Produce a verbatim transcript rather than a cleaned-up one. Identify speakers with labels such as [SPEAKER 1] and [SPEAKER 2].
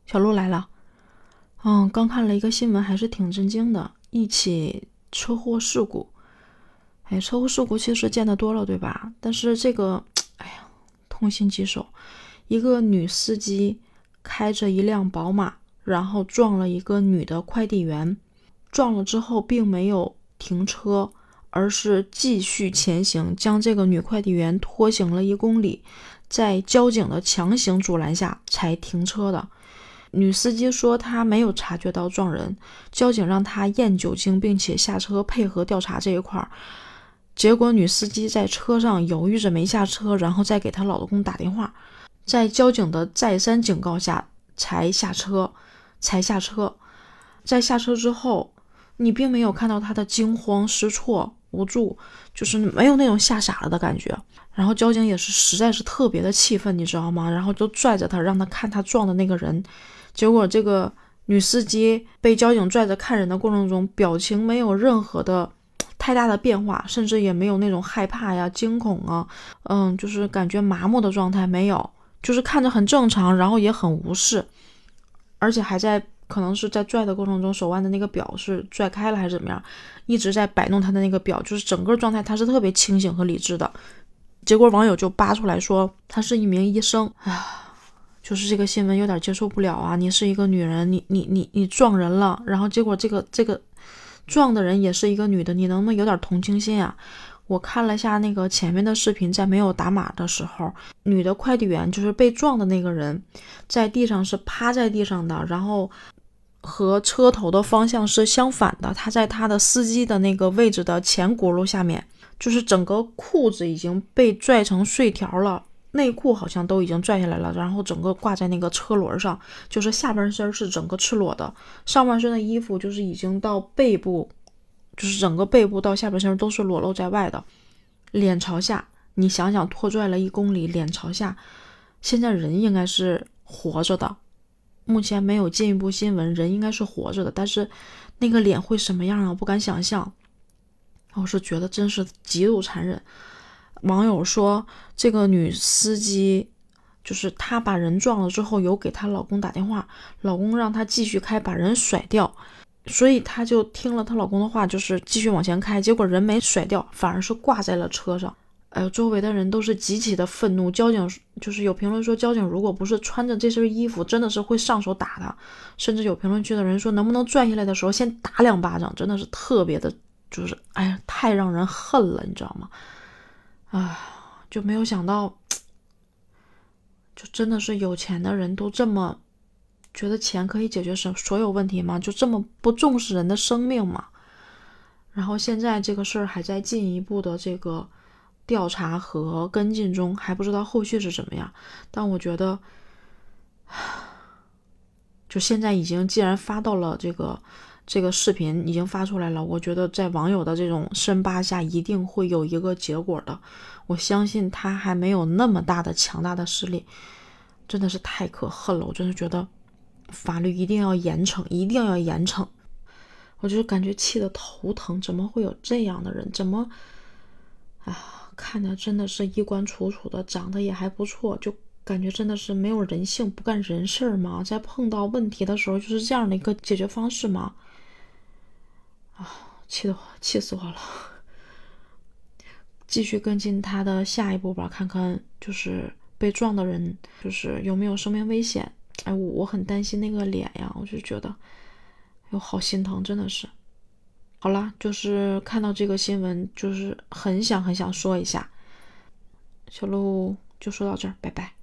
[SPEAKER 1] 小鹿来了。嗯，刚看了一个新闻，还是挺震惊的，一起车祸事故。哎，车祸事故其实见得多了，对吧？但是这个，哎呀，痛心疾首。一个女司机开着一辆宝马，然后撞了一个女的快递员。撞了之后并没有停车，而是继续前行，将这个女快递员拖行了一公里，在交警的强行阻拦下才停车的。女司机说她没有察觉到撞人，交警让她验酒精并且下车配合调查这一块。结果女司机在车上犹豫着没下车，然后再给她老公打电话，在交警的再三警告下才下车才下车在下车之后，你并没有看到她的惊慌失措无助，就是没有那种吓傻了的感觉。然后交警也是实在是特别的气愤，你知道吗？然后就拽着她让她看她撞的那个人。结果这个女司机被交警拽着看人的过程中，表情没有任何的太大的变化，甚至也没有那种害怕呀惊恐啊，嗯，就是感觉麻木的状态没有，就是看着很正常，然后也很无视，而且还在可能是在拽的过程中手腕的那个表是拽开了还是怎么样，一直在摆弄他的那个表，就是整个状态他是特别清醒和理智的。结果网友就扒出来说他是一名医生。哎呀，就是这个新闻有点接受不了啊！你是一个女人，你你你你撞人了，然后结果这个这个撞的人也是一个女的，你能不能有点同情心啊？我看了下那个前面的视频，在没有打码的时候，女的快递员就是被撞的那个人，在地上是趴在地上的，然后和车头的方向是相反的，他在他的司机的那个位置的前轱辘下面，就是整个裤子已经被拽成碎条了，内裤好像都已经拽下来了，然后整个挂在那个车轮上，就是下半身是整个赤裸的，上半身的衣服就是已经到背部，就是整个背部到下半身都是裸露在外的，脸朝下。你想想，拖拽了一公里，脸朝下，现在人应该是活着的，目前没有进一步新闻，人应该是活着的，但是那个脸会什么样啊？我不敢想象。我是觉得真是极度残忍。网友说这个女司机就是她把人撞了之后有给她老公打电话，老公让她继续开，把人甩掉，所以她就听了她老公的话，就是继续往前开，结果人没甩掉，反而是挂在了车上。哎呦，周围的人都是极其的愤怒。交警就是有评论说，交警如果不是穿着这身衣服，真的是会上手打他。甚至有评论区的人说，能不能拽下来的时候先打两巴掌，真的是特别的，就是哎呀，太让人恨了，你知道吗？啊，就没有想到，就真的是有钱的人都这么觉得钱可以解决所有问题吗？就这么不重视人的生命吗？然后现在这个事儿还在进一步的这个调查和跟进中，还不知道后续是怎么样。但我觉得就现在已经既然发到了这个这个视频已经发出来了，我觉得在网友的这种深扒下一定会有一个结果的。我相信他还没有那么大的强大的势力，真的是太可恨了。我真的觉得法律一定要严惩，一定要严惩。我就感觉气得头疼，怎么会有这样的人？怎么啊，看着真的是衣冠楚楚的，长得也还不错，就感觉真的是没有人性，不干人事吗？在碰到问题的时候就是这样的一个解决方式吗？啊，气得我气死我了。继续跟进他的下一步吧，看看就是被撞的人就是有没有生命危险。哎，我我很担心那个脸呀，我就觉得哟好心疼，真的是。好啦，就是看到这个新闻，就是很想很想说一下。小鹿就说到这儿，拜拜。